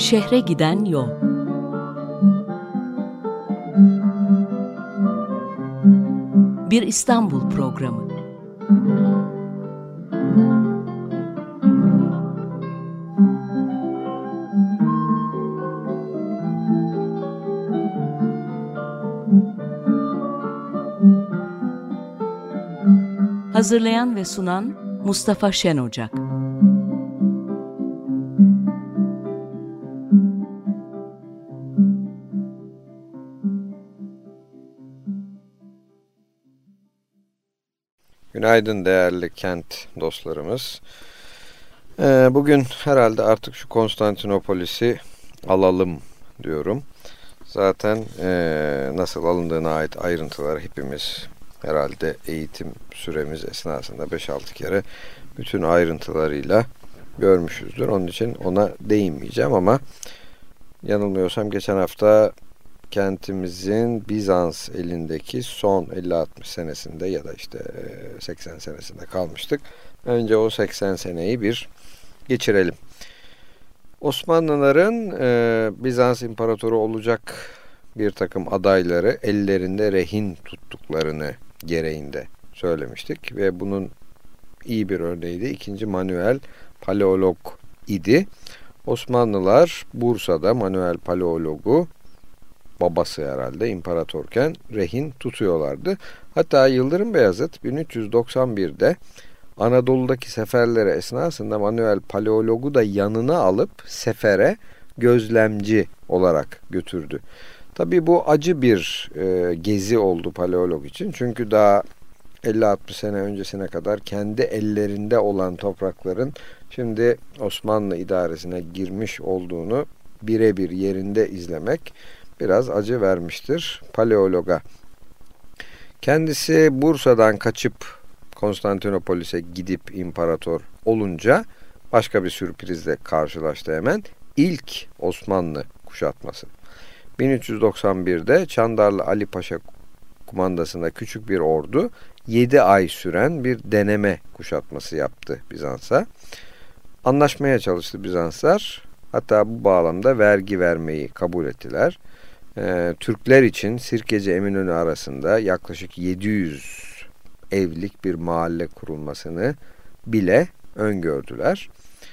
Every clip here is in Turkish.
Şehre giden yol. Bir İstanbul programı. Hazırlayan ve sunan Mustafa Şenocak. Günaydın değerli kent dostlarımız. Bugün herhalde artık şu Konstantinopolis'i alalım diyorum. Zaten nasıl alındığına ait ayrıntıları hepimiz herhalde eğitim süremiz esnasında 5-6 kere bütün ayrıntılarıyla görmüşüzdür. Onun için ona değinmeyeceğim ama yanılmıyorsam geçen hafta kentimizin Bizans elindeki son 50-60 senesinde ya da işte 80 senesinde kalmıştık. Önce o 80 seneyi bir geçirelim. Osmanlıların Bizans İmparatoru olacak bir takım adayları ellerinde rehin tuttuklarını gereğinde söylemiştik. Ve bunun iyi bir örneği de 2. Manuel Paleolog idi. Osmanlılar Bursa'da Manuel Paleolog'u, babası herhalde imparatorken, rehin tutuyorlardı. Hatta Yıldırım Beyazıt 1391'de Anadolu'daki seferleri esnasında Manuel Paleolog'u da yanına alıp sefere gözlemci olarak götürdü. Tabii bu acı bir gezi oldu Paleolog için. Çünkü daha 50-60 sene öncesine kadar kendi ellerinde olan toprakların şimdi Osmanlı idaresine girmiş olduğunu birebir yerinde izlemek biraz acı vermiştir Paleolog'a. Kendisi Bursa'dan kaçıp Konstantinopolis'e gidip imparator olunca başka bir sürprizle karşılaştı hemen. İlk Osmanlı kuşatması. 1391'de Çandarlı Ali Paşa kumandasında küçük bir ordu 7 ay süren bir deneme kuşatması yaptı Bizans'a. Anlaşmaya çalıştı Bizanslar. Hatta bu bağlamda vergi vermeyi kabul ettiler. Türkler için Sirkeci Eminönü arasında yaklaşık 700 evlik bir mahalle kurulmasını bile öngördüler.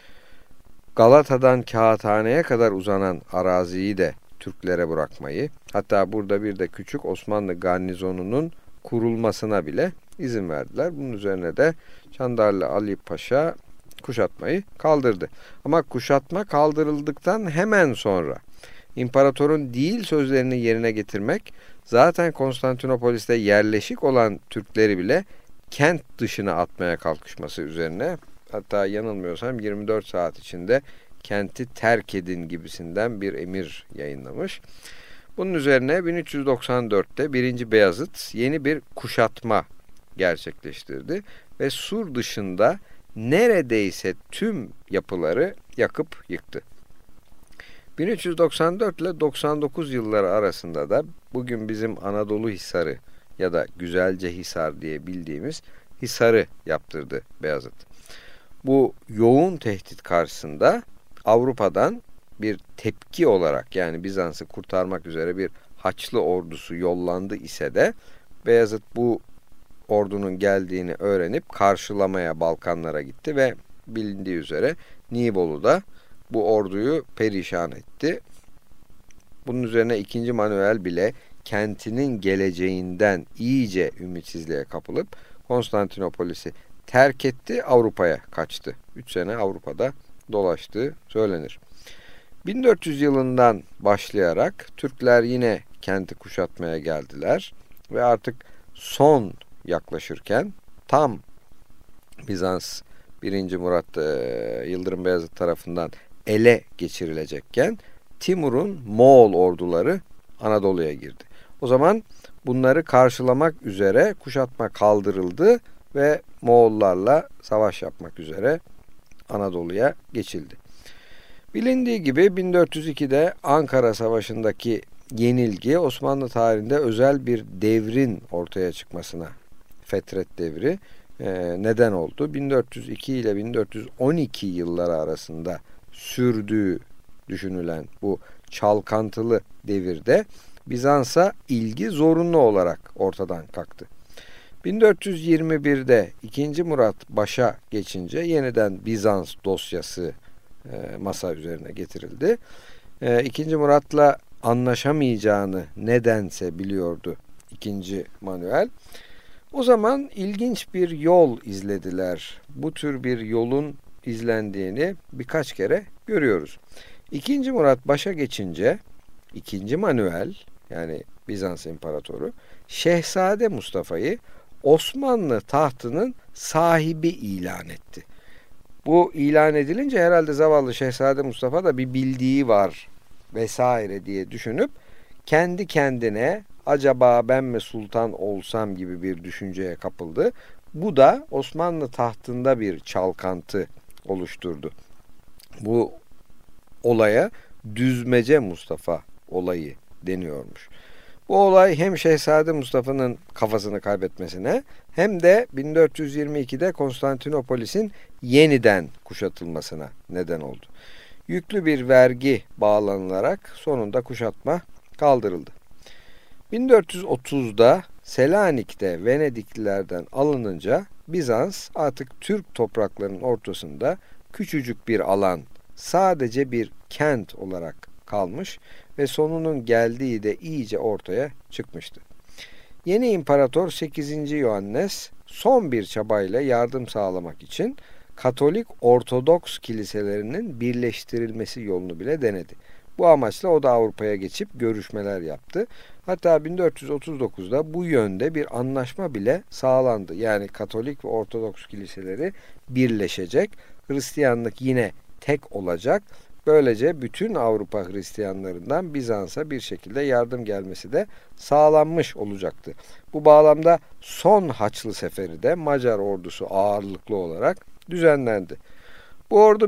Galata'dan Kağıthane'ye kadar uzanan araziyi de Türklere bırakmayı, hatta burada bir de küçük Osmanlı garnizonunun kurulmasına bile izin verdiler. Bunun üzerine de Çandarlı Ali Paşa kuşatmayı kaldırdı. Ama kuşatma kaldırıldıktan hemen sonra İmparatorun değil sözlerini yerine getirmek, zaten Konstantinopolis'te yerleşik olan Türkleri bile kent dışına atmaya kalkışması üzerine, hatta yanılmıyorsam 24 saat içinde kenti terk edin gibisinden bir emir yayınlamış. Bunun üzerine 1394'te 1. Beyazıt yeni bir kuşatma gerçekleştirdi ve Sur dışında neredeyse tüm yapıları yakıp yıktı. 1394 ile 99 yılları arasında da bugün bizim Anadolu Hisarı ya da Güzelce Hisar diye bildiğimiz Hisar'ı yaptırdı Beyazıt. Bu yoğun tehdit karşısında Avrupa'dan bir tepki olarak, yani Bizans'ı kurtarmak üzere bir Haçlı ordusu yollandı ise de Beyazıt bu ordunun geldiğini öğrenip karşılamaya Balkanlara gitti ve bilindiği üzere Nibolu'da bu orduyu perişan etti. Bunun üzerine 2. Manuel bile kentinin geleceğinden iyice ümitsizliğe kapılıp Konstantinopolis'i terk etti, Avrupa'ya kaçtı. 3 sene Avrupa'da dolaştığı söylenir. 1400 yılından başlayarak Türkler yine kenti kuşatmaya geldiler ve artık son yaklaşırken, tam Bizans 1. Murat Yıldırım Beyazıt tarafından ele geçirilecekken Timur'un Moğol orduları Anadolu'ya girdi. O zaman bunları karşılamak üzere kuşatma kaldırıldı ve Moğollarla savaş yapmak üzere Anadolu'ya geçildi. Bilindiği gibi 1402'de Ankara Savaşı'ndaki yenilgi Osmanlı tarihinde özel bir devrin ortaya çıkmasına, Fetret Devri, neden oldu. 1402 ile 1412 yılları arasında sürdüğü düşünülen bu çalkantılı devirde Bizans'a ilgi zorunlu olarak ortadan kalktı. 1421'de 2. Murat başa geçince yeniden Bizans dosyası masa üzerine getirildi. 2. Murat'la anlaşamayacağını nedense biliyordu 2. Manuel. O zaman ilginç bir yol izlediler. Bu tür bir yolun izlendiğini birkaç kere görüyoruz. 2. Murat başa geçince 2. Manuel, yani Bizans İmparatoru, Şehzade Mustafa'yı Osmanlı tahtının sahibi ilan etti. Bu ilan edilince herhalde zavallı Şehzade Mustafa da bir bildiği var vesaire diye düşünüp kendi kendine acaba ben mi sultan olsam gibi bir düşünceye kapıldı. Bu da Osmanlı tahtında bir çalkantı oluşturdu. Bu olaya Düzmece Mustafa olayı deniyormuş. Bu olay hem Şehzade Mustafa'nın kafasını kaybetmesine hem de 1422'de Konstantinopolis'in yeniden kuşatılmasına neden oldu. Yüklü bir vergi bağlanılarak sonunda kuşatma kaldırıldı. 1430'da Selanik'te Venediklilerden alınınca Bizans artık Türk topraklarının ortasında küçücük bir alan, sadece bir kent olarak kalmış ve sonunun geldiği de iyice ortaya çıkmıştı. Yeni imparator 8. Yohannes son bir çabayla yardım sağlamak için Katolik Ortodoks kiliselerinin birleştirilmesi yolunu bile denedi. Bu amaçla o da Avrupa'ya geçip görüşmeler yaptı. Hatta 1439'da bu yönde bir anlaşma bile sağlandı. Yani Katolik ve Ortodoks kiliseleri birleşecek, Hristiyanlık yine tek olacak. Böylece bütün Avrupa Hristiyanlarından Bizans'a bir şekilde yardım gelmesi de sağlanmış olacaktı. Bu bağlamda son Haçlı Seferi de Macar ordusu ağırlıklı olarak düzenlendi. Bu ordu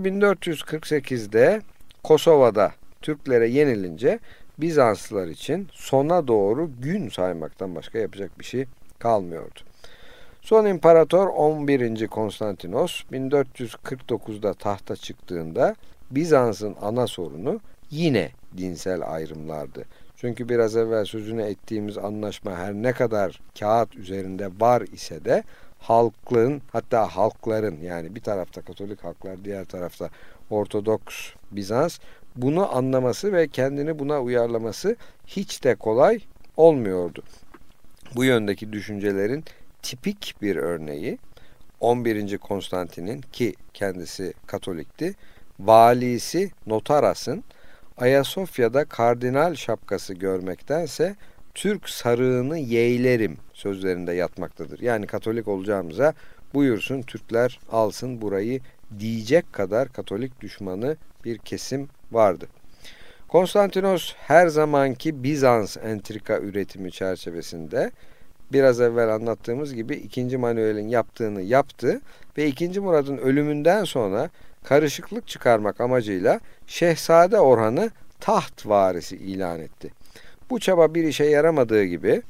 1448'de Kosova'da Türklere yenilince Bizanslılar için sona doğru gün saymaktan başka yapacak bir şey kalmıyordu. Son imparator 11. Konstantinos 1449'da tahta çıktığında Bizans'ın ana sorunu yine dinsel ayrımlardı. Çünkü biraz evvel sözünü ettiğimiz anlaşma her ne kadar kağıt üzerinde var ise de halkların, hatta halkların, yani bir tarafta Katolik halklar, diğer tarafta Ortodoks Bizans, bunu anlaması ve kendini buna uyarlaması hiç de kolay olmuyordu. Bu yöndeki düşüncelerin tipik bir örneği 11. Konstantin'in, ki kendisi Katolikti, valisi Notaras'ın Ayasofya'da kardinal şapkası görmektense Türk sarığını yeğlerim sözlerinde yatmaktadır. Yani Katolik olacağımıza buyursun Türkler alsın burayı diyecek kadar Katolik düşmanı bir kesim vardı. Konstantinos her zamanki Bizans entrika üretimi çerçevesinde biraz evvel anlattığımız gibi 2. Manuel'in yaptığını yaptı ve 2. Murad'ın ölümünden sonra karışıklık çıkarmak amacıyla Şehzade Orhan'ı taht varisi ilan etti. Bu çaba bir işe yaramadığı gibi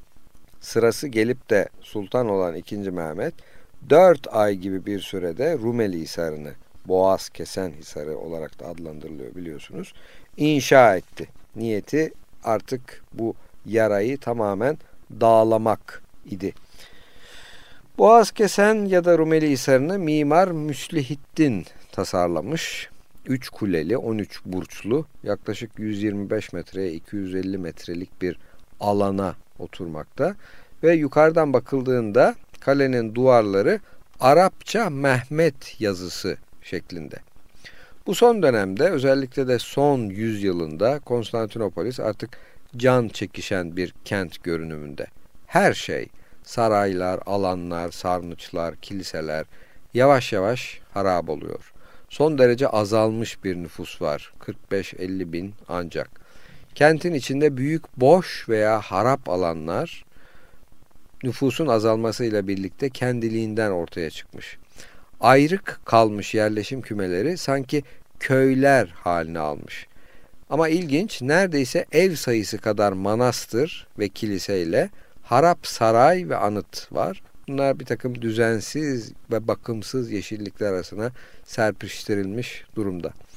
sırası gelip de sultan olan 2. Mehmet 4 ay gibi bir sürede Rumeli Hisarı'nı, Boğaz Kesen Hisarı olarak da adlandırılıyor biliyorsunuz, inşa etti. Niyeti artık bu yarayı tamamen dağlamak idi. Boğaz Kesen ya da Rumeli Hisarı'nı Mimar Müslihiddin tasarlamış. 3 kuleli, 13 burçlu, yaklaşık 125 metreye 250 metrelik bir alana oturmakta ve yukarıdan bakıldığında kalenin duvarları Arapça Mehmet yazısı şeklinde. Bu son dönemde, özellikle de son yüzyılında Konstantinopolis artık can çekişen bir kent görünümünde. Her şey, saraylar, alanlar, sarnıçlar, kiliseler yavaş yavaş harap oluyor. Son derece azalmış bir nüfus var. 45-50 bin ancak. Kentin içinde büyük boş veya harap alanlar nüfusun azalmasıyla birlikte kendiliğinden ortaya çıkmış. Ayrık kalmış yerleşim kümeleri sanki köyler haline almış. Ama ilginç, neredeyse ev sayısı kadar manastır ve kiliseyle harap saray ve anıt var. Bunlar bir takım düzensiz ve bakımsız yeşillikler arasına serpiştirilmiş durumda.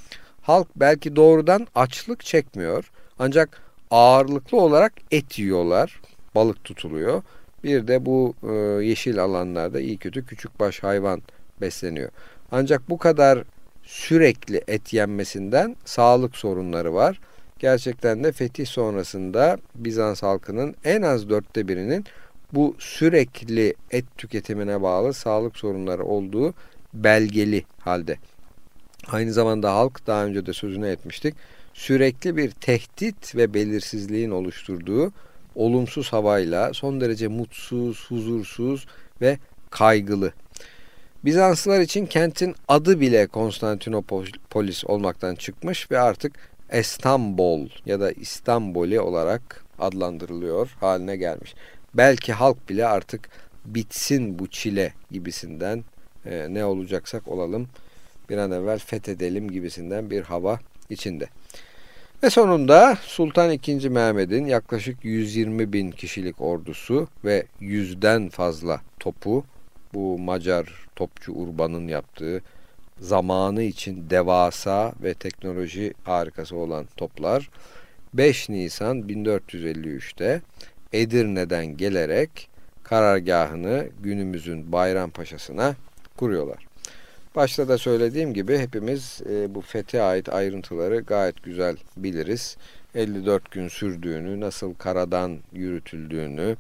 halk belki doğrudan açlık çekmiyor. Ancak ağırlıklı olarak et yiyorlar. Balık tutuluyor. Bir de bu yeşil alanlarda iyi kötü küçükbaş hayvan besleniyor. Ancak bu kadar sürekli et yenmesinden sağlık sorunları var. Gerçekten de fetih sonrasında Bizans halkının en az 1/4'inin bu sürekli et tüketimine bağlı sağlık sorunları olduğu belgeli halde. Aynı zamanda halk, daha önce de sözünü etmiştik, sürekli bir tehdit ve belirsizliğin oluşturduğu olumsuz havayla son derece mutsuz, huzursuz ve kaygılı. Bizanslılar için kentin adı bile Konstantinopolis olmaktan çıkmış ve artık İstanbul ya da İstanbuli olarak adlandırılıyor haline gelmiş. Belki halk bile artık bitsin bu çile gibisinden, ne olacaksak olalım bir an evvel fethedelim gibisinden bir hava içinde. Ve sonunda Sultan II. Mehmet'in yaklaşık 120 bin kişilik ordusu ve 100'den fazla topu, bu Macar topçu Urban'ın yaptığı zamanı için devasa ve teknoloji harikası olan toplar 5 Nisan 1453'te Edirne'den gelerek karargahını günümüzün Bayrampaşa'sına kuruyorlar. Başta da söylediğim gibi hepimiz bu fethe ait ayrıntıları gayet güzel biliriz. 54 gün sürdüğünü, nasıl karadan yürütüldüğünü,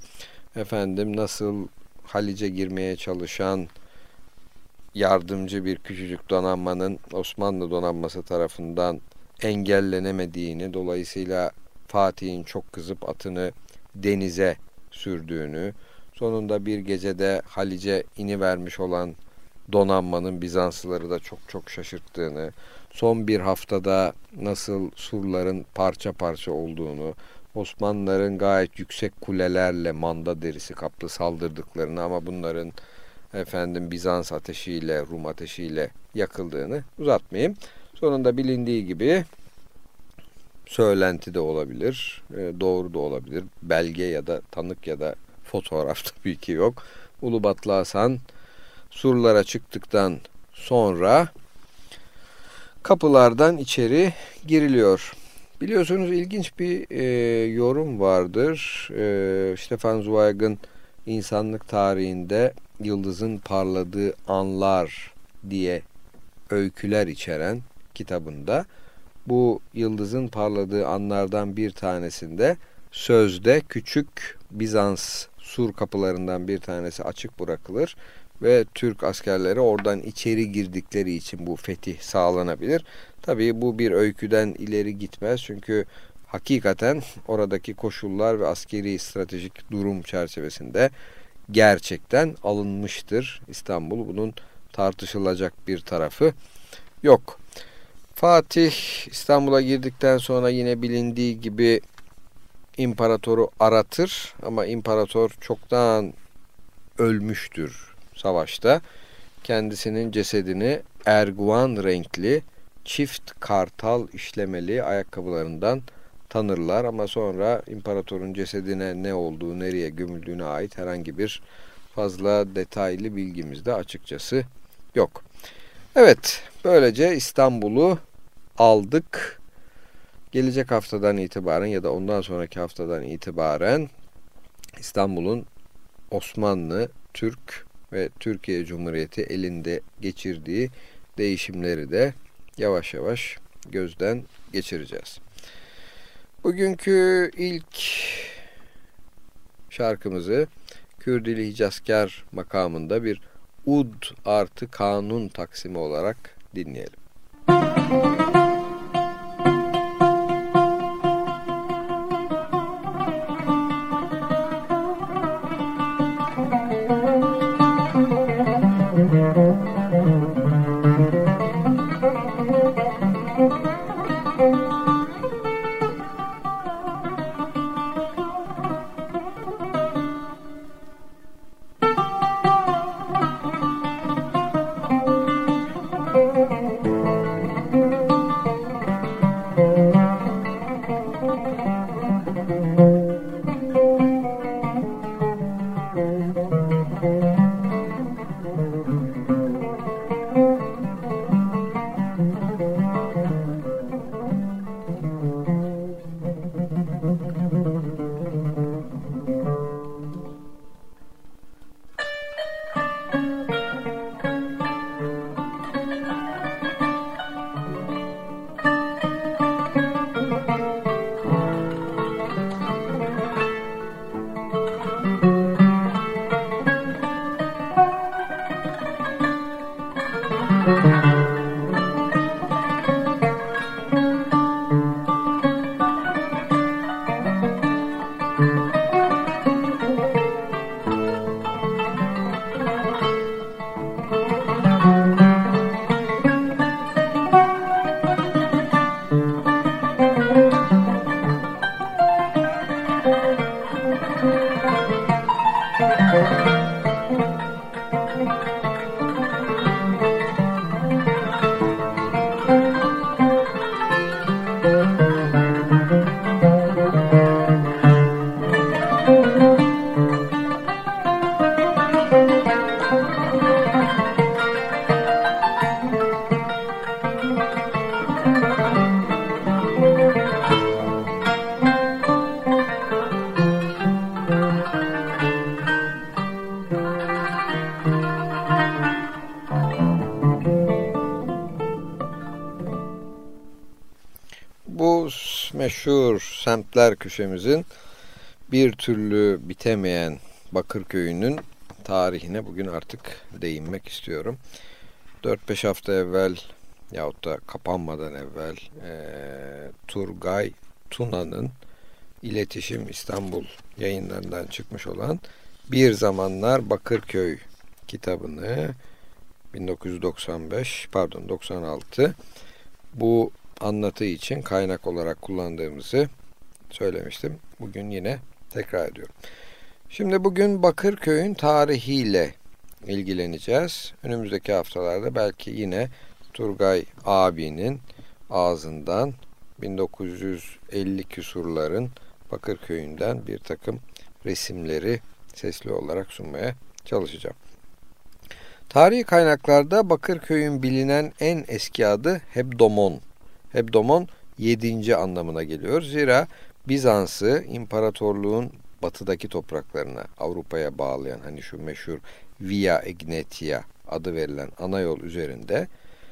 nasıl Halice girmeye çalışan yardımcı bir küçücük donanmanın Osmanlı donanması tarafından engellenemediğini, dolayısıyla Fatih'in çok kızıp atını denize sürdüğünü, sonunda bir gecede Halice inivermiş olan donanmanın Bizanslıları da çok çok şaşırttığını, son bir haftada nasıl surların parça parça olduğunu, Osmanlıların gayet yüksek kulelerle manda derisi kaplı saldırdıklarını ama bunların Bizans ateşiyle, Rum ateşiyle yakıldığını uzatmayayım. Sonunda bilindiği gibi söylenti de olabilir, doğru da olabilir, belge ya da tanık ya da fotoğraf tabii ki yok. Ulubatlı Hasan surlara çıktıktan sonra kapılardan içeri giriliyor. Biliyorsunuz ilginç bir yorum vardır. Stefan Zweig'ın insanlık tarihinde yıldızın parladığı anlar diye öyküler içeren kitabında bu yıldızın parladığı anlardan bir tanesinde sözde küçük Bizans sur kapılarından bir tanesi açık bırakılır ve Türk askerleri oradan içeri girdikleri için bu fetih sağlanabilir. Tabii bu bir öyküden ileri gitmez çünkü hakikaten oradaki koşullar ve askeri stratejik durum çerçevesinde gerçekten alınmıştır İstanbul. Bunun tartışılacak bir tarafı yok. Fatih İstanbul'a girdikten sonra yine bilindiği gibi imparatoru aratır ama imparator çoktan ölmüştür savaşta. Kendisinin cesedini erguvan renkli çift kartal işlemeli ayakkabılarından tanırlar ama sonra imparatorun cesedine ne olduğu, nereye gömüldüğüne ait herhangi bir fazla detaylı bilgimiz de açıkçası yok. Evet, böylece İstanbul'u aldık. Gelecek haftadan itibaren ya da ondan sonraki haftadan itibaren İstanbul'un Osmanlı, Türk ve Türkiye Cumhuriyeti elinde geçirdiği değişimleri de yavaş yavaş gözden geçireceğiz. Bugünkü ilk şarkımızı Kürdili Hicazkar makamında bir ud artı kanun taksimi olarak dinleyelim. Bu meşhur semtler köşemizin bir türlü bitemeyen Bakırköy'ünün tarihine bugün artık değinmek istiyorum. 4-5 hafta evvel yahut da kapanmadan evvel Turgay Tuna'nın İletişim İstanbul yayınlarından çıkmış olan Bir Zamanlar Bakırköy kitabını 96 bu anlatı için kaynak olarak kullandığımızı söylemiştim. Bugün yine tekrar ediyorum. Şimdi bugün Bakırköy'ün tarihiyle ilgileneceğiz. Önümüzdeki haftalarda belki yine Turgay abinin ağzından 1950 küsurların Bakırköy'ünden bir takım resimleri sesli olarak sunmaya çalışacağım. Tarihi kaynaklarda Bakırköy'ün bilinen en eski adı Hebdomon. Hebdomon 7. anlamına geliyor. Zira Bizans'ı imparatorluğun batıdaki topraklarına, Avrupa'ya bağlayan hani şu meşhur Via Egnatia adı verilen ana yol üzerinde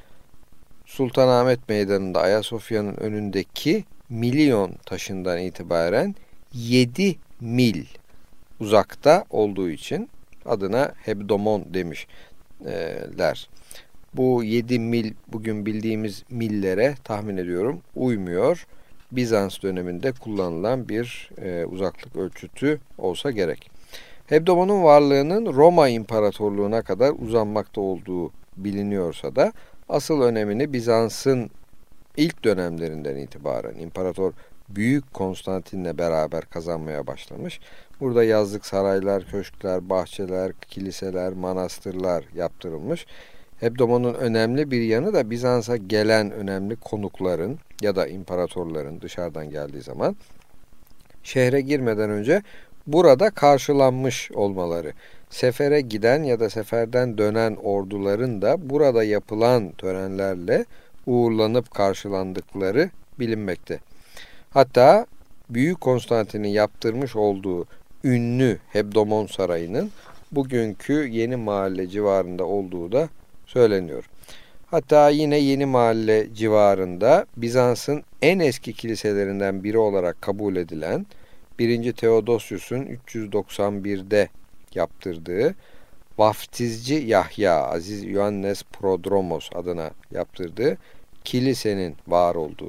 Sultanahmet Meydanı'nda Ayasofya'nın önündeki Milyon taşından itibaren 7 mil uzakta olduğu için adına Hebdomon demişler. Bu 7 mil bugün bildiğimiz millere tahmin ediyorum uymuyor. Bizans döneminde kullanılan bir uzaklık ölçütü olsa gerek. Hebdomon'un varlığının Roma İmparatorluğu'na kadar uzanmakta olduğu biliniyorsa da asıl önemini Bizans'ın ilk dönemlerinden itibaren İmparator Büyük Konstantin'le beraber kazanmaya başlamış. Burada yazlık saraylar, köşkler, bahçeler, kiliseler, manastırlar yaptırılmış. Hebdomon'un önemli bir yanı da Bizans'a gelen önemli konukların ya da imparatorların dışarıdan geldiği zaman şehre girmeden önce burada karşılanmış olmaları. Sefere giden ya da seferden dönen orduların da burada yapılan törenlerle uğurlanıp karşılandıkları bilinmekte. Hatta Büyük Konstantin'in yaptırmış olduğu ünlü Hebdomon Sarayı'nın bugünkü Yeni Mahalle civarında olduğu da söyleniyor. Hatta yine Yeni Mahalle civarında Bizans'ın en eski kiliselerinden biri olarak kabul edilen 1. Theodosius'un 391'de yaptırdığı Vaftizci Yahya Aziz Ioannes Prodromos adına yaptırdığı kilisenin var olduğu.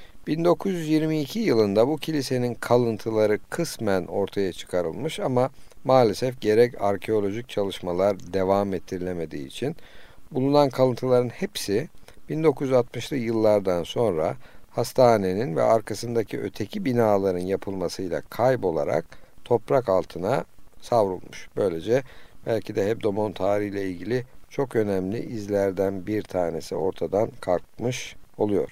1922 yılında bu kilisenin kalıntıları kısmen ortaya çıkarılmış ama maalesef gerek arkeolojik çalışmalar devam ettirilemediği için bulunan kalıntıların hepsi 1960'lı yıllardan sonra hastanenin ve arkasındaki öteki binaların yapılmasıyla kaybolarak toprak altına savrulmuş. Böylece belki de Hebdomon tarihiyle ilgili çok önemli izlerden bir tanesi ortadan kalkmış oluyor.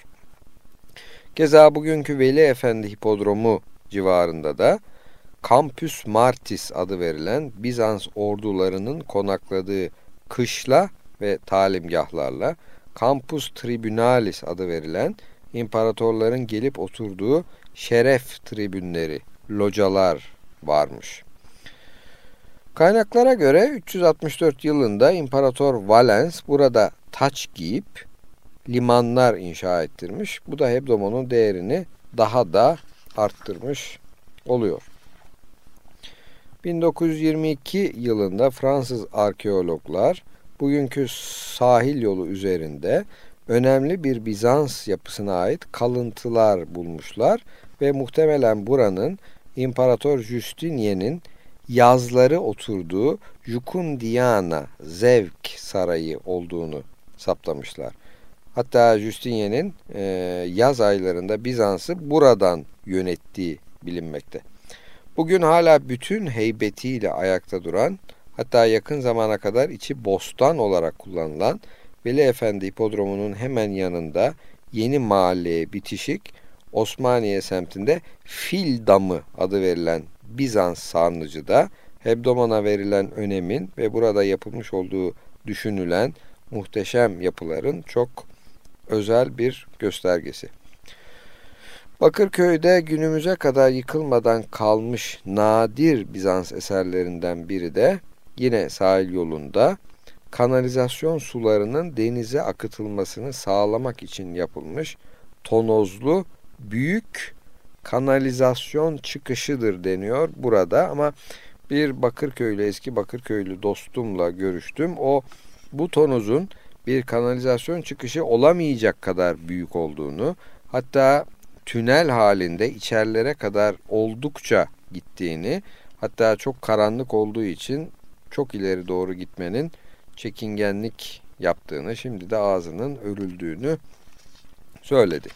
Keza bugünkü Veli Efendi Hipodromu civarında da Campus Martis adı verilen Bizans ordularının konakladığı kışla ve talimgahlarla Campus Tribunalis adı verilen imparatorların gelip oturduğu şeref tribünleri, localar varmış. Kaynaklara göre 364 yılında İmparator Valens burada taç giyip limanlar inşa ettirmiş. Bu da Hebdomon'un değerini daha da arttırmış oluyor. 1922 yılında Fransız arkeologlar bugünkü sahil yolu üzerinde önemli bir Bizans yapısına ait kalıntılar bulmuşlar ve muhtemelen buranın İmparator Justinian'in yazları oturduğu Jucundiana Zevk Sarayı olduğunu saptamışlar. Hatta Justinian'in yaz aylarında Bizans'ı buradan yönettiği bilinmekte. Bugün hala bütün heybetiyle ayakta duran, hatta yakın zamana kadar içi bostan olarak kullanılan Veli Efendi Hipodromu'nun hemen yanında Yeni Mahalle'ye bitişik Osmaniye semtinde Fil Damı adı verilen Bizans sarnıcıda Hebdoman'a verilen önemin ve burada yapılmış olduğu düşünülen muhteşem yapıların çok özel bir göstergesi. Bakırköy'de günümüze kadar yıkılmadan kalmış nadir Bizans eserlerinden biri de yine sahil yolunda kanalizasyon sularının denize akıtılmasını sağlamak için yapılmış tonozlu büyük kanalizasyon çıkışıdır deniyor burada, ama bir Bakırköylü, eski Bakırköylü dostumla görüştüm. Bu tonozun bir kanalizasyon çıkışı olamayacak kadar büyük olduğunu, hatta tünel halinde içerilere kadar oldukça gittiğini, hatta çok karanlık olduğu için çok ileri doğru gitmenin çekingenlik yaptığını, şimdi de ağzının örüldüğünü söyledi.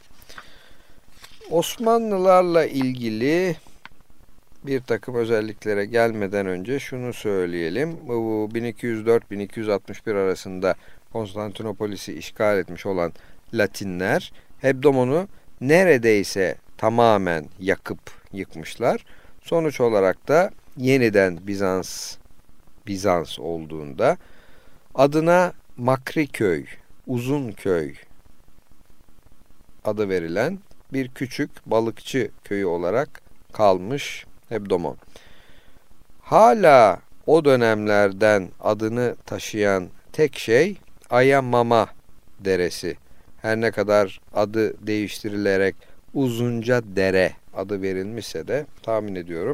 Osmanlılarla ilgili bir takım özelliklere gelmeden önce şunu söyleyelim. Bu 1204-1261 arasında Konstantinopolis'i işgal etmiş olan Latinler Hebdomon'u neredeyse tamamen yakıp yıkmışlar. Sonuç olarak da yeniden Bizans olduğunda adına Makriköy, Uzunköy adı verilen bir küçük balıkçı köyü olarak kalmış Hebdomon. Hala o dönemlerden adını taşıyan tek şey Ayamama Deresi. Her ne kadar adı değiştirilerek Uzunca Dere adı verilmişse de tahmin ediyorum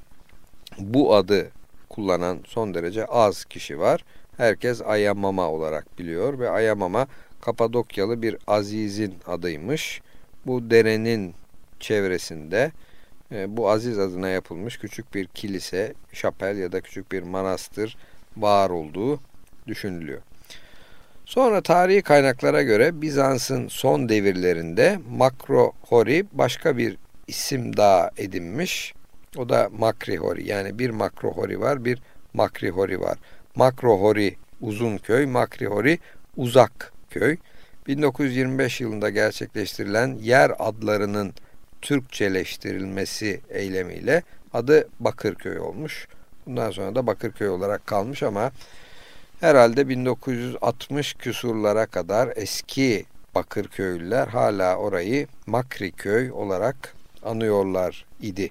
bu adı kullanan son derece az kişi var. Herkes Ayamama olarak biliyor ve Ayamama Kapadokyalı bir azizin adıymış. Bu derenin çevresinde bu aziz adına yapılmış küçük bir kilise, şapel ya da küçük bir manastır var olduğu düşünülüyor. Sonra tarihi kaynaklara göre Bizans'ın son devirlerinde Makrohori başka bir isim daha edinmiş. O da Makrihori. Yani bir Makrohori var, bir Makrihori var. Makrohori uzun köy, Makrihori uzak köy. 1925 yılında gerçekleştirilen yer adlarının Türkçeleştirilmesi eylemiyle adı Bakırköy olmuş. Bundan sonra da Bakırköy olarak kalmış ama herhalde 1960 küsurlara kadar eski Bakırköylüler hala orayı Makriköy olarak anıyorlar idi.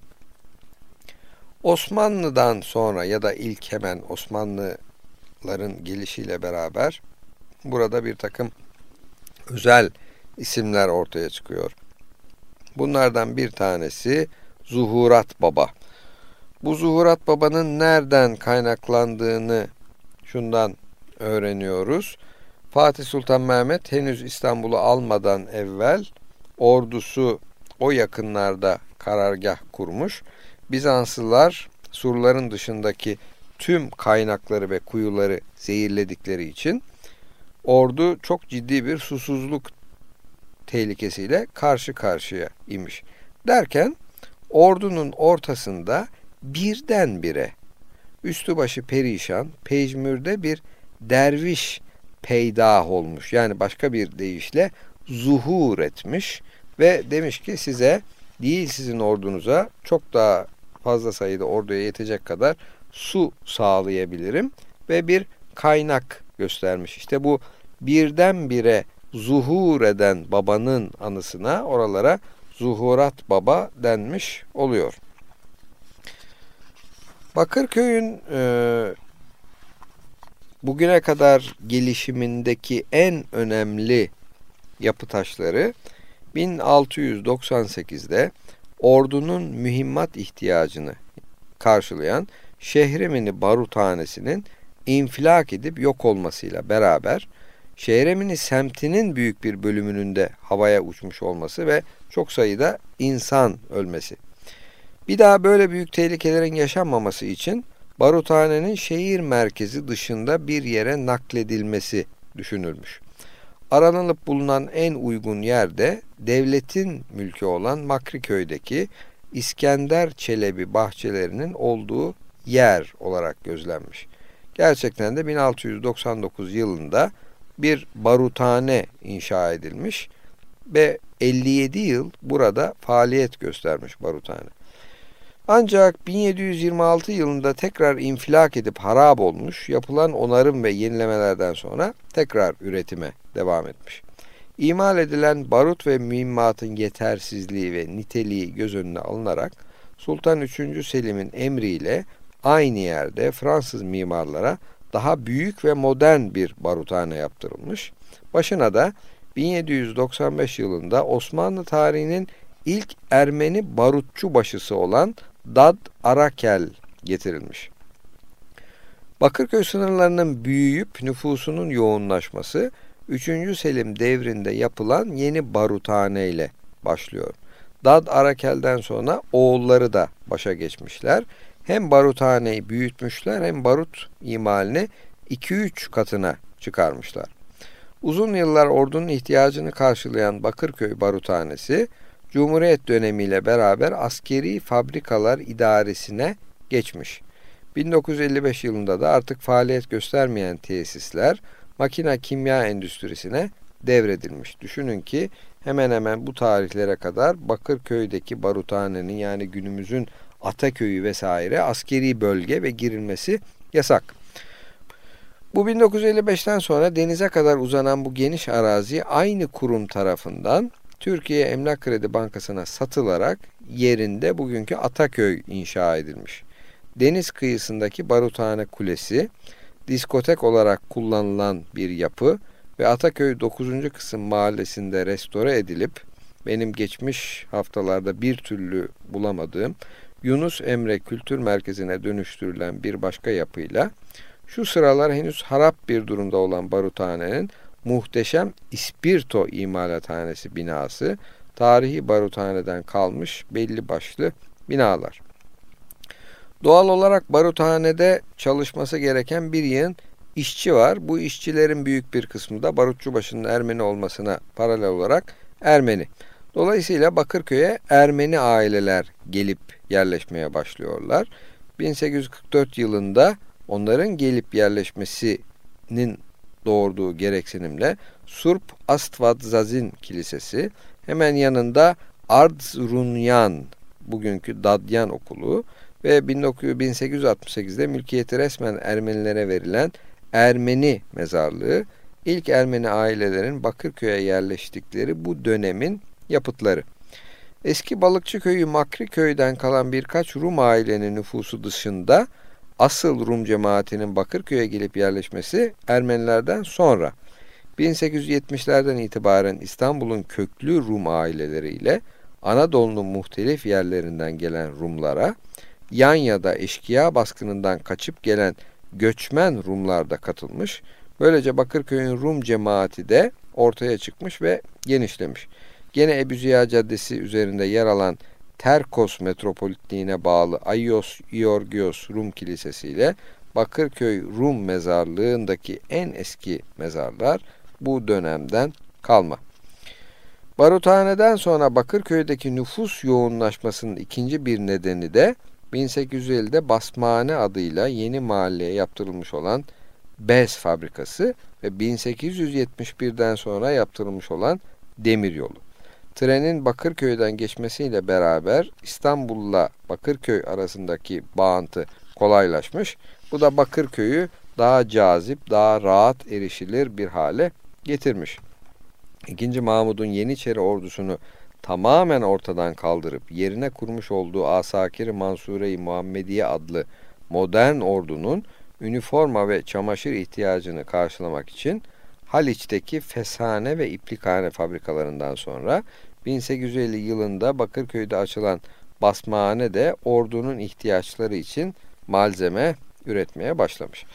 Osmanlı'dan sonra ya da ilk hemen Osmanlıların gelişiyle beraber burada bir takım özel isimler ortaya çıkıyor. Bunlardan bir tanesi Zuhurat Baba. Bu Zuhurat Baba'nın nereden kaynaklandığını şundan öğreniyoruz. Fatih Sultan Mehmet henüz İstanbul'u almadan evvel ordusu o yakınlarda karargah kurmuş. Bizanslılar surların dışındaki tüm kaynakları ve kuyuları zehirledikleri için ordu çok ciddi bir susuzluk tehlikesiyle karşı karşıya imiş. Derken ordunun ortasında birdenbire üstü başı perişan, pejmürde bir derviş peydah olmuş. Yani başka bir deyişle zuhur etmiş ve demiş ki size değil sizin ordunuza çok daha fazla sayıda orduya yetecek kadar su sağlayabilirim ve bir kaynak göstermiş. İşte bu birdenbire zuhur eden babanın anısına oralara Zuhurat Baba denmiş oluyor. Bakırköy'ün bugüne kadar gelişimindeki en önemli yapı taşları 1698'de ordunun mühimmat ihtiyacını karşılayan Şehremini Baruthanesi'nin infilak edip yok olmasıyla beraber Şehremini semtinin büyük bir bölümünün de havaya uçmuş olması ve çok sayıda insan ölmesi. Bir daha böyle büyük tehlikelerin yaşanmaması için baruthanenin şehir merkezi dışında bir yere nakledilmesi düşünülmüş. Aranılıp bulunan en uygun yer de devletin mülkü olan Makriköy'deki İskender Çelebi bahçelerinin olduğu yer olarak gözlenmiş. Gerçekten de 1699 yılında bir baruthane inşa edilmiş ve 57 yıl burada faaliyet göstermiş baruthane. Ancak 1726 yılında tekrar infilak edip harap olmuş, yapılan onarım ve yenilemelerden sonra tekrar üretime devam etmiş. İmal edilen barut ve mühimmatın yetersizliği ve niteliği göz önüne alınarak Sultan 3. Selim'in emriyle aynı yerde Fransız mimarlara daha büyük ve modern bir baruthane yaptırılmış. Başına da 1795 yılında Osmanlı tarihinin ilk Ermeni barutçu başısı olan Dad Arakel getirilmiş. Bakırköy sınırlarının büyüyüp nüfusunun yoğunlaşması 3. Selim devrinde yapılan yeni baruthane ile başlıyor. Dad Arakel'den sonra oğulları da başa geçmişler. Hem baruthaneyi büyütmüşler hem barut imalini 2-3 katına çıkarmışlar. Uzun yıllar ordunun ihtiyacını karşılayan Bakırköy Baruthanesi, Cumhuriyet dönemiyle beraber askeri fabrikalar idaresine geçmiş. 1955 yılında da artık faaliyet göstermeyen tesisler makina kimya endüstrisine devredilmiş. Düşünün ki hemen hemen bu tarihlere kadar Bakırköy'deki baruthanenin yani günümüzün Ataköy'ü vesaire askeri bölge ve girilmesi yasak. Bu 1955'ten sonra denize kadar uzanan bu geniş arazi aynı kurum tarafından Türkiye Emlak Kredi Bankası'na satılarak yerinde bugünkü Ataköy inşa edilmiş. Deniz kıyısındaki Baruthane Kulesi, diskotek olarak kullanılan bir yapı ve Ataköy 9. Kısım mahallesinde restore edilip benim geçmiş haftalarda bir türlü bulamadığım Yunus Emre Kültür Merkezi'ne dönüştürülen bir başka yapıyla şu sıralar henüz harap bir durumda olan baruthanenin muhteşem İspirto imalathanesi binası, tarihi baruthaneden kalmış belli başlı binalar. Doğal olarak baruthanede çalışması gereken bir yığın işçi var. Bu işçilerin büyük bir kısmı da barutçubaşının Ermeni olmasına paralel olarak Ermeni. Dolayısıyla Bakırköy'e Ermeni aileler gelip yerleşmeye başlıyorlar. 1844 yılında onların gelip yerleşmesinin doğurduğu gereksinimle Surp Astvadzazin Kilisesi, hemen yanında Ardzrunyan, bugünkü Dadyan Okulu ve 1868'de mülkiyeti resmen Ermenilere verilen Ermeni Mezarlığı, ilk Ermeni ailelerin Bakırköy'e yerleştikleri bu dönemin yapıtları. Eski balıkçı köyü Makriköy'den kalan birkaç Rum ailenin nüfusu dışında asıl Rum cemaatinin Bakırköy'e gelip yerleşmesi Ermenilerden sonra 1870'lerden itibaren İstanbul'un köklü Rum aileleriyle Anadolu'nun muhtelif yerlerinden gelen Rumlara, Yanya'da eşkıya baskınından kaçıp gelen göçmen Rumlar da katılmış. Böylece Bakırköy'ün Rum cemaati de ortaya çıkmış ve genişlemiş. Gene Ebu Ziya Caddesi üzerinde yer alan Terkos metropolitliğine bağlı Aios Iorgios Rum Kilisesi ile Bakırköy Rum Mezarlığı'ndaki en eski mezarlar bu dönemden kalma. Baruthaneden sonra Bakırköy'deki nüfus yoğunlaşmasının ikinci bir nedeni de 1850'de Basmane adıyla yeni mahalleye yaptırılmış olan bez fabrikası ve 1871'den sonra yaptırılmış olan demiryolu. Trenin Bakırköy'den geçmesiyle beraber İstanbul'la Bakırköy arasındaki bağıntı kolaylaşmış. Bu da Bakırköy'ü daha cazip, daha rahat erişilir bir hale getirmiş. II. Mahmud'un Yeniçeri ordusunu tamamen ortadan kaldırıp yerine kurmuş olduğu Asakir-i Mansure-i Muhammediye adlı modern ordunun üniforma ve çamaşır ihtiyacını karşılamak için Haliç'teki Fesane ve İplikhane fabrikalarından sonra 1850 yılında Bakırköy'de açılan basmahane de ordunun ihtiyaçları için malzeme üretmeye başlamış.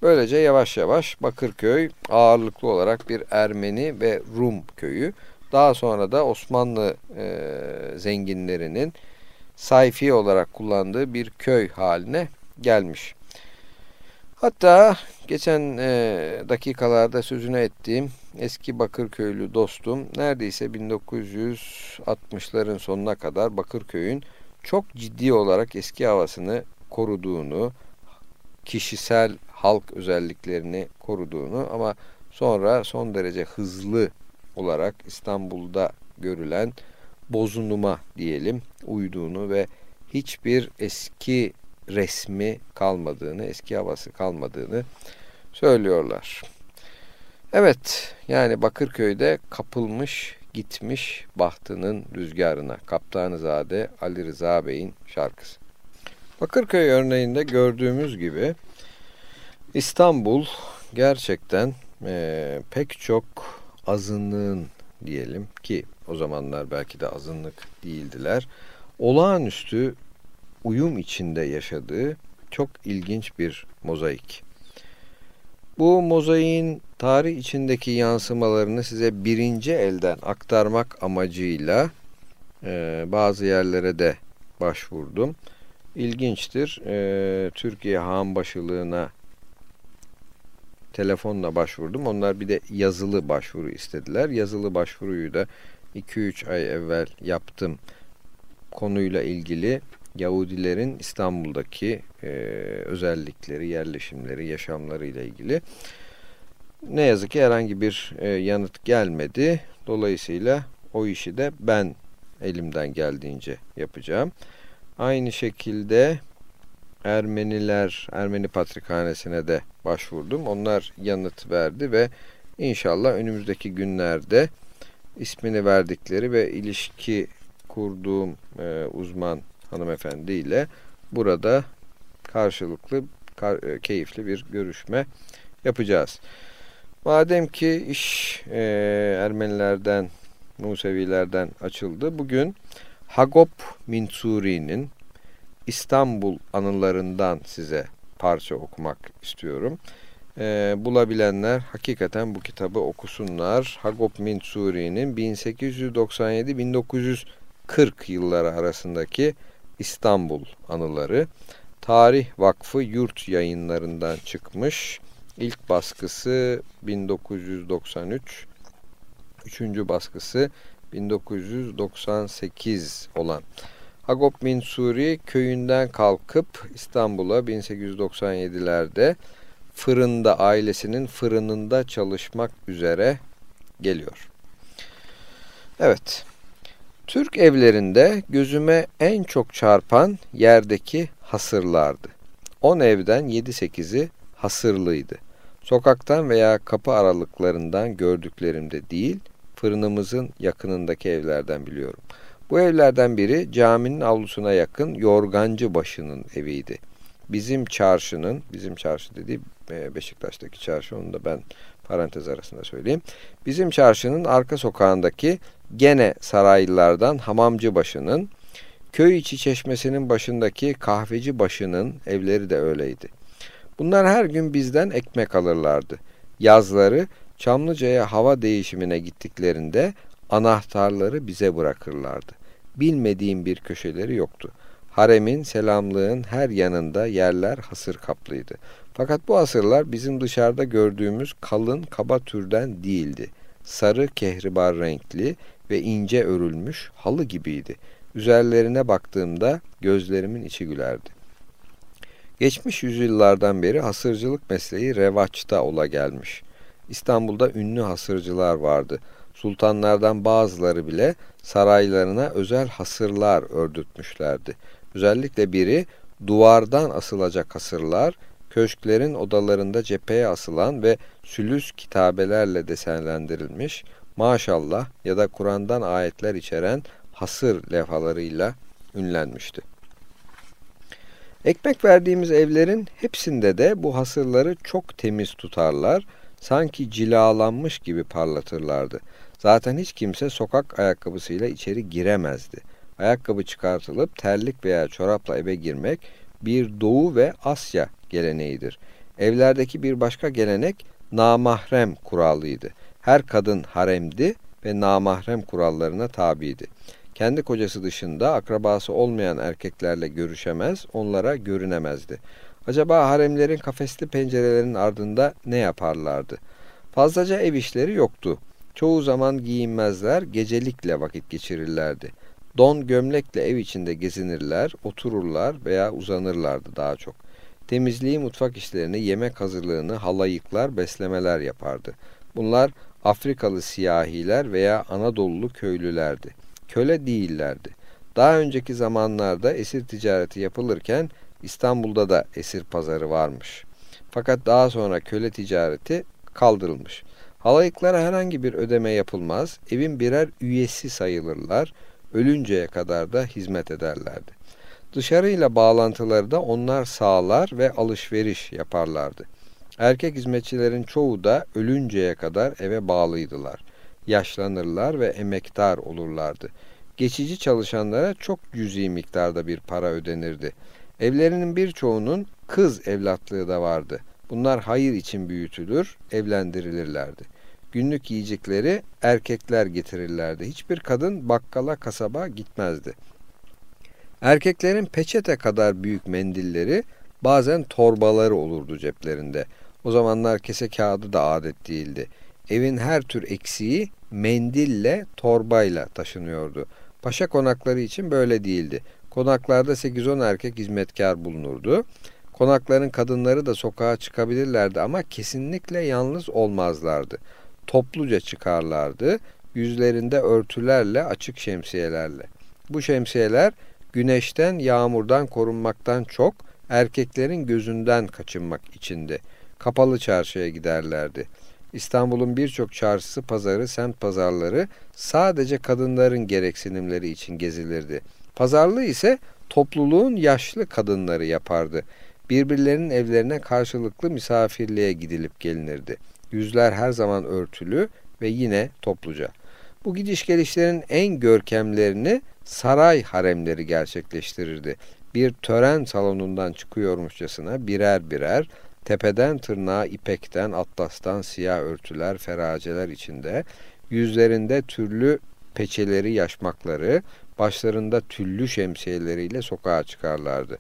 Böylece yavaş yavaş Bakırköy ağırlıklı olarak bir Ermeni ve Rum köyü. Daha sonra da Osmanlı zenginlerinin sayfiye olarak kullandığı bir köy haline gelmiş. Hatta geçen dakikalarda sözünü ettiğim eski Bakırköylü dostum neredeyse 1960'ların sonuna kadar Bakırköy'ün çok ciddi olarak eski havasını koruduğunu, kişisel halk özelliklerini koruduğunu ama sonra son derece hızlı olarak İstanbul'da görülen bozunuma diyelim uyduğunu ve hiçbir eski resmi kalmadığını, eski havası kalmadığını söylüyorlar. Evet, yani Bakırköy'de kapılmış gitmiş bahtının rüzgarına. Kaptanızade Ali Rıza Bey'in şarkısı. Bakırköy örneğinde gördüğümüz gibi İstanbul gerçekten pek çok azınlığın diyelim ki o zamanlar belki de azınlık değildiler. Olağanüstü uyum içinde yaşadığı çok ilginç bir mozaik. Bu mozaiğin tarih içindeki yansımalarını size birinci elden aktarmak amacıyla bazı yerlere de başvurdum. İlginçtir. Türkiye Hanbaşılığına telefonla başvurdum. Onlar bir de yazılı başvuru istediler. Yazılı başvuruyu da 2-3 ay evvel yaptım. Konuyla ilgili Yahudilerin İstanbul'daki özellikleri, yerleşimleri, yaşamları ile ilgili. Ne yazık ki herhangi bir yanıt gelmedi. Dolayısıyla o işi de ben elimden geldiğince yapacağım. Aynı şekilde Ermeni Patrikhanesi'ne de başvurdum. Onlar yanıt verdi ve inşallah önümüzdeki günlerde ismini verdikleri ve ilişki kurduğum uzman hanımefendiyle burada karşılıklı keyifli bir görüşme yapacağız. Madem ki iş Ermenilerden, Musevilerden açıldı, bugün Hagop Mintsuri'nin İstanbul anılarından size parça okumak istiyorum. Bulabilenler hakikaten bu kitabı okusunlar. Hagop Mintsuri'nin 1897-1940 yılları arasındaki İstanbul anıları. Tarih Vakfı Yurt Yayınlarından çıkmış. İlk baskısı 1993, üçüncü baskısı 1998 olan. Hagop Mintsuri köyünden kalkıp İstanbul'a 1897'lerde ailesinin fırınında çalışmak üzere geliyor. Evet, Türk evlerinde gözüme en çok çarpan yerdeki hasırlardı. 10 evden 7-8'i hasırlıydı. Sokaktan veya kapı aralıklarından gördüklerimde değil, fırınımızın yakınındaki evlerden biliyorum. Bu evlerden biri caminin avlusuna yakın Yorgancıbaşı'nın eviydi. Bizim çarşı dediği Beşiktaş'taki çarşı, onu da ben parantez arasında söyleyeyim. Bizim çarşının arka sokağındaki gene Saraylılardan Hamamcıbaşı'nın, köy içi çeşmesinin başındaki Kahvecibaşı'nın evleri de öyleydi. Bunlar her gün bizden ekmek alırlardı. Yazları Çamlıca'ya hava değişimine gittiklerinde anahtarları bize bırakırlardı. Bilmediğim bir köşeleri yoktu. Haremin, selamlığın her yanında yerler hasır kaplıydı. Fakat bu hasırlar bizim dışarıda gördüğümüz kalın kaba türden değildi. Sarı kehribar renkli ve ince örülmüş halı gibiydi. Üzerlerine baktığımda gözlerimin içi gülerdi. Geçmiş yüzyıllardan beri hasırcılık mesleği revaçta ola gelmiş. İstanbul'da ünlü hasırcılar vardı. Sultanlardan bazıları bile saraylarına özel hasırlar ördürtmüşlerdi. Özellikle biri duvardan asılacak hasırlar, köşklerin odalarında cepheye asılan ve sülüs kitabelerle desenlendirilmiş, maşallah ya da Kur'an'dan ayetler içeren hasır levhalarıyla ünlenmişti. Ekmek verdiğimiz evlerin hepsinde de bu hasırları çok temiz tutarlar, sanki cilalanmış gibi parlatırlardı. Zaten hiç kimse sokak ayakkabısıyla içeri giremezdi. Ayakkabı çıkartılıp terlik veya çorapla eve girmek bir Doğu ve Asya geleneğidir. Evlerdeki bir başka gelenek namahrem kuralıydı. Her kadın haremdi ve namahrem kurallarına tabiydi. Kendi kocası dışında akrabası olmayan erkeklerle görüşemez, onlara görünemezdi. Acaba haremlerin kafesli pencerelerin ardında ne yaparlardı? Fazlaca ev işleri yoktu. Çoğu zaman giyinmezler, gecelikle vakit geçirirlerdi. Don gömlekle ev içinde gezinirler, otururlar veya uzanırlardı daha çok. Temizliği, mutfak işlerini, yemek hazırlığını, halayıklar, beslemeler yapardı. Bunlar Afrikalı siyahiler veya Anadolulu köylülerdi. Köle değillerdi. Daha önceki zamanlarda esir ticareti yapılırken İstanbul'da da esir pazarı varmış. Fakat daha sonra köle ticareti kaldırılmış. Halayıklara herhangi bir ödeme yapılmaz, evin birer üyesi sayılırlar, ölünceye kadar da hizmet ederlerdi. Dışarıyla bağlantıları da onlar sağlar ve alışveriş yaparlardı. Erkek hizmetçilerin çoğu da ölünceye kadar eve bağlıydılar. Yaşlanırlar ve emektar olurlardı. Geçici çalışanlara çok cüzi miktarda bir para ödenirdi. Evlerinin birçoğunun kız evlatlığı da vardı. Bunlar hayır için büyütülür, evlendirilirlerdi. Günlük yiyecekleri erkekler getirirlerdi. Hiçbir kadın bakkala, kasaba gitmezdi. Erkeklerin peçete kadar büyük mendilleri, bazen torbaları olurdu ceplerinde. O zamanlar kese kağıdı da adet değildi. Evin her tür eksiği mendille, torbayla taşınıyordu. Paşa konakları için böyle değildi. Konaklarda 8-10 erkek hizmetkar bulunurdu. Konakların kadınları da sokağa çıkabilirlerdi ama kesinlikle yalnız olmazlardı. Topluca çıkarlardı, yüzlerinde örtülerle, açık şemsiyelerle. Bu şemsiyeler güneşten, yağmurdan korunmaktan çok erkeklerin gözünden kaçınmak içindi. Kapalı çarşıya giderlerdi. İstanbul'un birçok çarşısı, pazarı, semt pazarları sadece kadınların gereksinimleri için gezilirdi. Pazarlığı ise topluluğun yaşlı kadınları yapardı. Birbirlerinin evlerine karşılıklı misafirliğe gidilip gelinirdi. Yüzler her zaman örtülü ve yine topluca. Bu gidiş gelişlerin en görkemlerini saray haremleri gerçekleştirirdi. Bir tören salonundan çıkıyormuşçasına birer birer tepeden tırnağa ipekten, atlastan siyah örtüler, feraceler içinde, yüzlerinde türlü peçeleri, yaşmakları, başlarında tüllü şemsiyeleriyle sokağa çıkarlardı.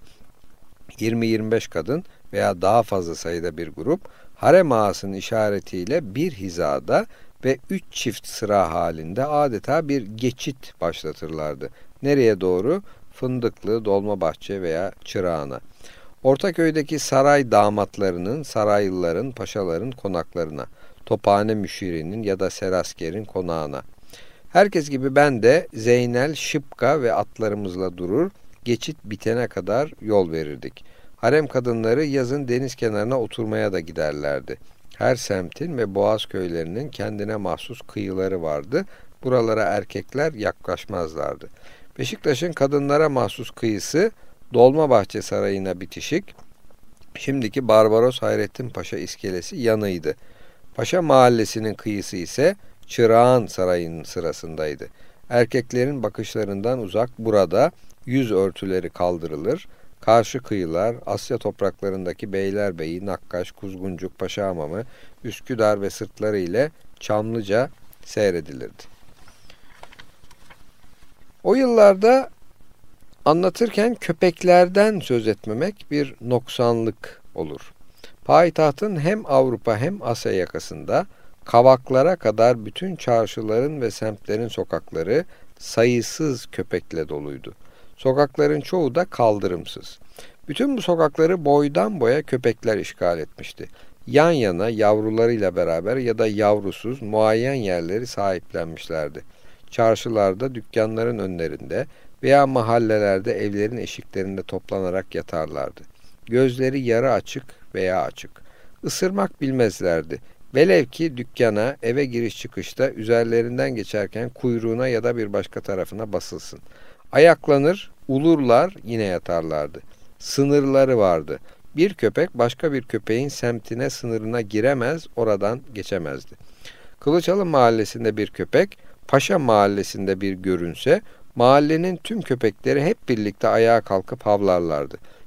20-25 kadın veya daha fazla sayıda bir grup harem ağasının işaretiyle bir hizada ve 3 çift sıra halinde adeta bir geçit başlatırlardı. Nereye doğru? Fındıklı, Dolmabahçe veya Çırağan'a. Ortaköy'deki saray damatlarının, saraylıların, paşaların konaklarına, Tophane müşirinin ya da seraskerin konağına. Herkes gibi ben de Zeynel, Şıpka ve atlarımızla durur, geçit bitene kadar yol verirdik. Harem kadınları yazın deniz kenarına oturmaya da giderlerdi. Her semtin ve boğaz köylerinin kendine mahsus kıyıları vardı. Buralara erkekler yaklaşmazlardı. Beşiktaş'ın kadınlara mahsus kıyısı Dolmabahçe Sarayı'na bitişik, şimdiki Barbaros Hayrettin Paşa iskelesi yanıydı. Paşa Mahallesi'nin kıyısı ise Çırağan Sarayı'nın sırasındaydı. Erkeklerin bakışlarından uzak burada yüz örtüleri kaldırılır, karşı kıyılar, Asya topraklarındaki Beylerbeyi, Nakkaş, Kuzguncuk, Paşahamamı, Üsküdar ve sırtları ile Çamlıca seyredilirdi. O yıllarda anlatırken köpeklerden söz etmemek bir noksanlık olur. Payitahtın hem Avrupa hem Asya yakasında kavaklara kadar bütün çarşıların ve semtlerin sokakları sayısız köpekle doluydu. Sokakların çoğu da kaldırımsız. Bütün bu sokakları boydan boya köpekler işgal etmişti. Yan yana yavrularıyla beraber ya da yavrusuz muayyen yerleri sahiplenmişlerdi. Çarşılarda, dükkanların önlerinde veya mahallelerde evlerin eşiklerinde toplanarak yatarlardı. Gözleri yarı açık veya açık. Isırmak bilmezlerdi. Velev ki dükkana, eve giriş çıkışta üzerlerinden geçerken kuyruğuna ya da bir başka tarafına basılsın. Ayaklanır, ulurlar, yine yatarlardı. Sınırları vardı. Bir köpek başka bir köpeğin semtine, sınırına giremez, oradan geçemezdi. Kılıçalı mahallesinde bir köpek, Paşa mahallesinde bir görünse, mahallenin tüm köpekleri hep birlikte ayağa kalkıp havlarlardı.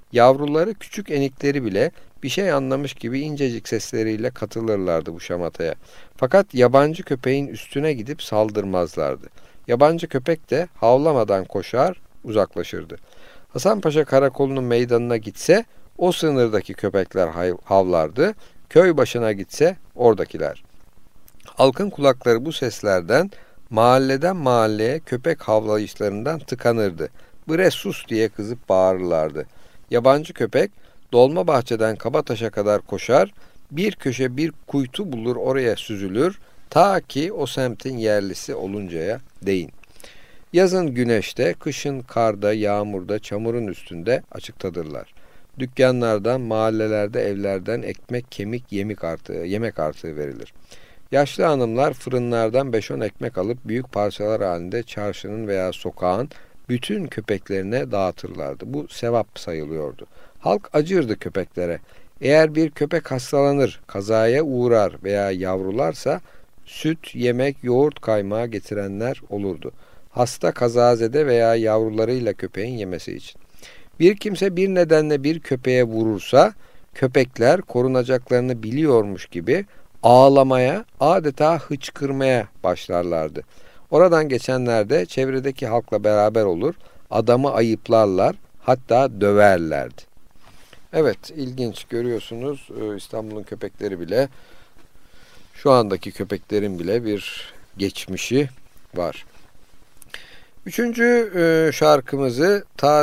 Yavruları küçük enikleri bile bir şey anlamış gibi incecik sesleriyle katılırlardı bu şamataya. Fakat yabancı köpeğin üstüne gidip saldırmazlardı. Yabancı köpek de havlamadan koşar, uzaklaşırdı. Hasanpaşa Karakolu'nun meydanına gitse o sınırdaki köpekler havlardı, köy başına gitse oradakiler. Halkın kulakları bu seslerden mahalleden mahalleye köpek havlayışlarından tıkanırdı. Bre sus diye kızıp bağırırlardı. Yabancı köpek Dolmabahçe'den Kabataş'a kadar koşar, bir köşe bir kuytu bulur oraya süzülür, ta ki o semtin yerlisi oluncaya değin. Yazın güneşte, kışın karda, yağmurda, çamurun üstünde açıktadırlar. Dükkanlardan, mahallelerde, evlerden ekmek, kemik, yemek artığı verilir. Yaşlı hanımlar fırınlardan 5-10 ekmek alıp büyük parçalar halinde çarşının veya sokağın bütün köpeklerine dağıtırlardı. Bu sevap sayılıyordu. Halk acırdı köpeklere. Eğer bir köpek hastalanır, kazaya uğrar veya yavrularsa süt, yemek, yoğurt kaymağı getirenler olurdu. Hasta kazazede veya yavrularıyla köpeğin yemesi için. Bir kimse bir nedenle bir köpeğe vurursa köpekler korunacaklarını biliyormuş gibi ağlamaya, adeta hıçkırmaya başlarlardı. Oradan geçenler de çevredeki halkla beraber olur, adamı ayıplarlar, hatta döverlerdi. Evet, ilginç görüyorsunuz. İstanbul'un köpekleri bile, şu andaki köpeklerin bile bir geçmişi var. Üçüncü şarkımızı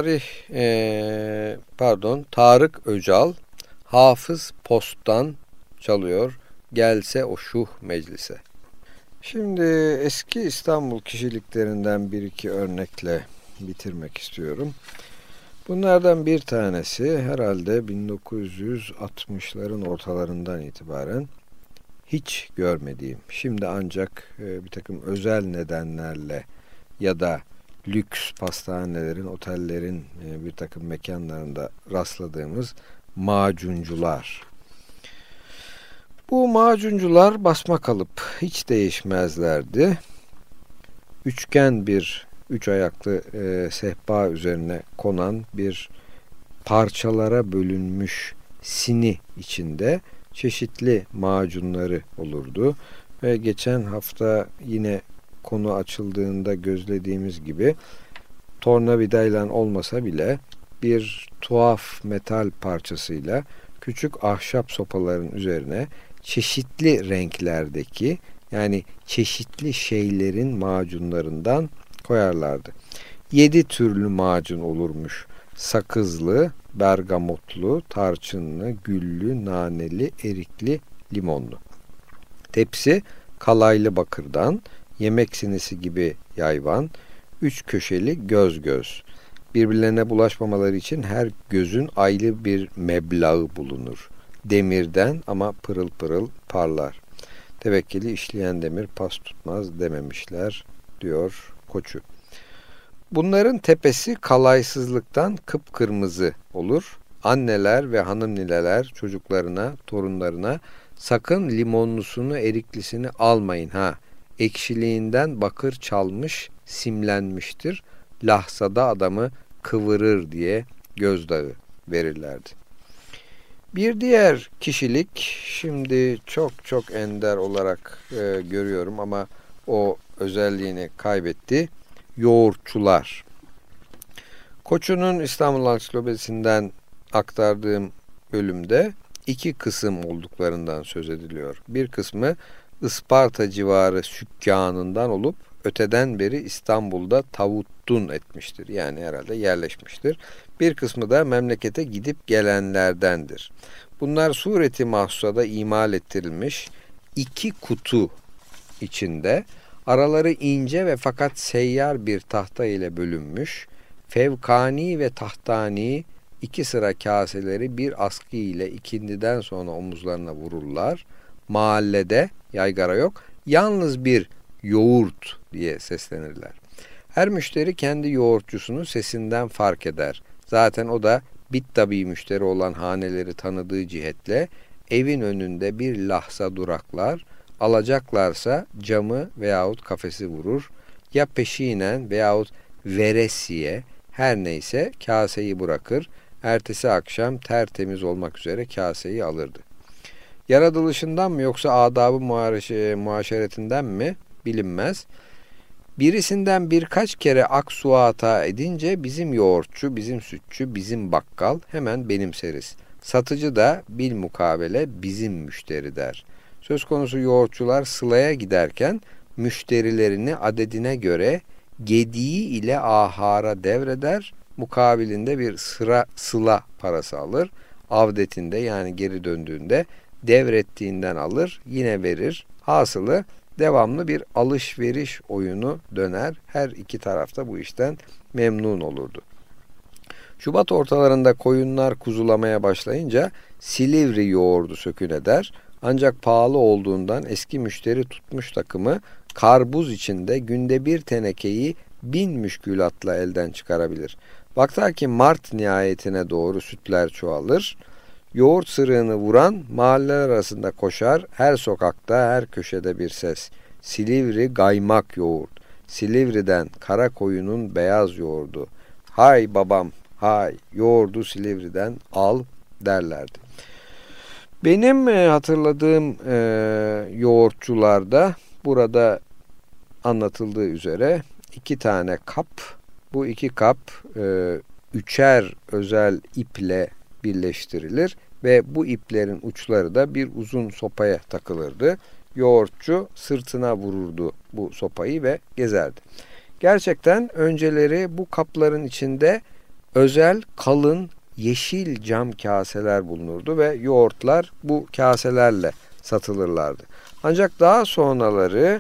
Tarık Öcal, Hafız Post'tan çalıyor. Gelse o şuh meclise. Şimdi eski İstanbul kişiliklerinden bir iki örnekle bitirmek istiyorum. Bunlardan bir tanesi herhalde 1960'ların ortalarından itibaren hiç görmediğim, şimdi ancak bir takım özel nedenlerle ya da lüks pastanelerin, otellerin bir takım mekanlarında rastladığımız macuncular. Bu macuncular basma kalıp hiç değişmezlerdi. Üçgen bir üç ayaklı sehpa üzerine konan bir parçalara bölünmüş sini içinde çeşitli macunları olurdu. Ve geçen hafta yine konu açıldığında gözlediğimiz gibi tornavidayla olmasa bile bir tuhaf metal parçasıyla küçük ahşap sopaların üzerine çeşitli renklerdeki, yani çeşitli şeylerin macunlarından koyarlardı. 7 türlü macun olurmuş. Sakızlı, bergamotlu, tarçınlı, güllü, naneli, erikli, limonlu. Tepsi kalaylı bakırdan, yemek sinisi gibi yayvan, 3 köşeli göz. Birbirlerine bulaşmamaları için her gözün ayrı bir meblağı bulunur. Demirden ama pırıl pırıl parlar. Tevekkili işleyen demir pas tutmaz dememişler, diyor Koçu. Bunların tepesi kalaysızlıktan kıpkırmızı olur. Anneler ve hanımnineler çocuklarına, torunlarına sakın limonlusunu, eriklisini almayın ha. Ekşiliğinden bakır çalmış, simlenmiştir. Lahzada adamı kıvırır diye gözdağı verirlerdi. Bir diğer kişilik, şimdi çok ender olarak görüyorum ama o özelliğini kaybetti. Yoğurtçular. Koçu'nun İstanbul Ansiklopedisinden aktardığım bölümde 2 kısım olduklarından söz ediliyor. Bir kısmı Isparta civarı sükkanından olup öteden beri İstanbul'da tavuttun etmiştir. Yani herhalde yerleşmiştir. Bir kısmı da memlekete gidip gelenlerdendir. Bunlar sureti mahsusada imal ettirilmiş 2 kutu içinde, araları ince ve fakat seyyar bir tahta ile bölünmüş, fevkani ve tahtani 2 sıra kaseleri bir askı ile ikindiden sonra omuzlarına vururlar. Mahallede yaygara yok, yalnız bir yoğurt diye seslenirler. Her müşteri kendi yoğurtçusunu sesinden fark eder. Zaten o da bit tabii müşteri olan haneleri tanıdığı cihetle evin önünde bir lahza duraklar, alacaklarsa camı veyahut kafesi vurur, ya peşinen veyahut veresiye her neyse kaseyi bırakır, ertesi akşam tertemiz olmak üzere kaseyi alırdı. Yaratılışından mı yoksa adab-ı muaşeretinden mi bilinmez. Birisinden birkaç kere aksu hata edince bizim yoğurtçu, bizim sütçü, bizim bakkal hemen benimseriz. Satıcı da bilmukabele bizim müşteri der. Söz konusu yoğurtçular sılaya giderken müşterilerini adedine göre gediği ile ahara devreder, mukabilinde bir sıla parası alır. Avdetinde yani geri döndüğünde devrettiğinden alır, yine verir. Hasılı devamlı bir alışveriş oyunu döner. Her iki tarafta bu işten memnun olurdu. Şubat ortalarında koyunlar kuzulamaya başlayınca Silivri yoğurdu sökün eder. Ancak pahalı olduğundan eski müşteri tutmuş takımı karbuz içinde günde bir tenekeyi 1000 müşkülatla elden çıkarabilir. Baktar ki Mart nihayetine doğru sütler çoğalır. Yoğurt sırığını vuran mahalleler arasında koşar. Her sokakta, her köşede bir ses. Silivri gaymak yoğurt. Silivri'den kara koyunun beyaz yoğurdu. Hay babam, hay yoğurdu Silivri'den al derlerdi. Benim hatırladığım yoğurtçularda burada anlatıldığı üzere 2 tane kap, bu 2 kap üçer özel iple birleştirilir ve bu iplerin uçları da bir uzun sopaya takılırdı. Yoğurtçu sırtına vururdu bu sopayı ve gezerdi. Gerçekten önceleri bu kapların içinde özel kalın yeşil cam kaseler bulunurdu ve yoğurtlar bu kaselerle satılırlardı. Ancak daha sonraları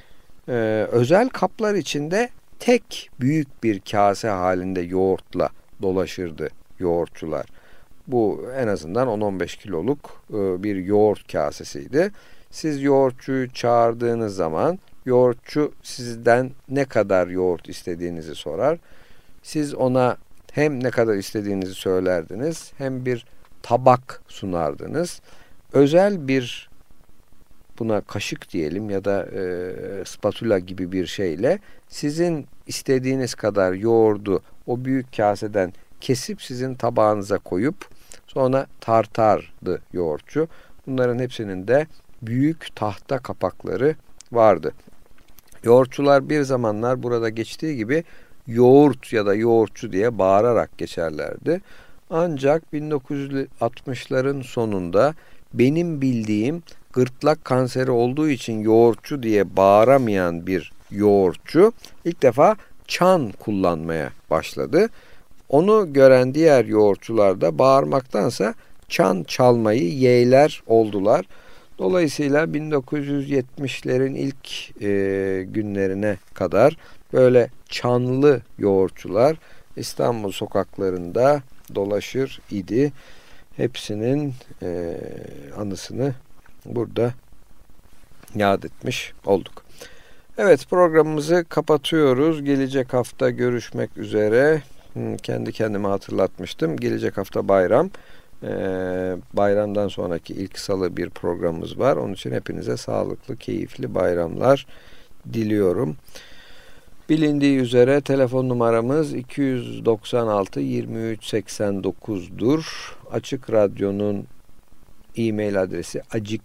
özel kaplar içinde tek büyük bir kase halinde yoğurtla dolaşırdı yoğurtçular. Bu en azından 10-15 kiloluk bir yoğurt kasesiydi. Siz yoğurtçuyu çağırdığınız zaman yoğurtçu sizden ne kadar yoğurt istediğinizi sorar. Siz ona hem ne kadar istediğinizi söylerdiniz hem bir tabak sunardınız. Özel bir buna kaşık diyelim ya da spatula gibi bir şeyle sizin istediğiniz kadar yoğurdu o büyük kaseden kesip sizin tabağınıza koyup sonra tartardı yoğurtçu. Bunların hepsinin de büyük tahta kapakları vardı. Yoğurtçular bir zamanlar burada geçtiği gibi yoğurt ya da yoğurtçu diye bağırarak geçerlerdi. Ancak 1960'ların sonunda benim bildiğim gırtlak kanseri olduğu için yoğurtçu diye bağıramayan bir yoğurtçu ilk defa çan kullanmaya başladı. Onu gören diğer yoğurtçular da bağırmaktansa çan çalmayı yeğler oldular. Dolayısıyla 1970'lerin ilk günlerine kadar böyle çanlı yoğurtçular İstanbul sokaklarında dolaşır idi. Hepsinin anısını burada yad etmiş olduk. Evet, programımızı kapatıyoruz. Gelecek hafta görüşmek üzere. Kendi kendime hatırlatmıştım. Gelecek hafta bayram. Bayramdan sonraki ilk salı bir programımız var. Onun için hepinize sağlıklı, keyifli bayramlar diliyorum. Bilindiği üzere telefon numaramız 296 23 89'dur. Açık Radyo'nun e-mail adresi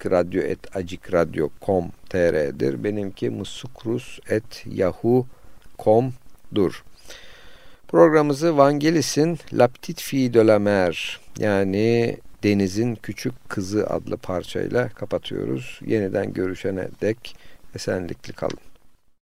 acikradyo@acikradyo.com.tr'dir. Benimki musukrus@yahoo.com.dur. Programımızı Vangelis'in La Petite Fille de la Mer yani Denizin Küçük Kızı adlı parçayla kapatıyoruz. Yeniden görüşene dek esenlikli kalın.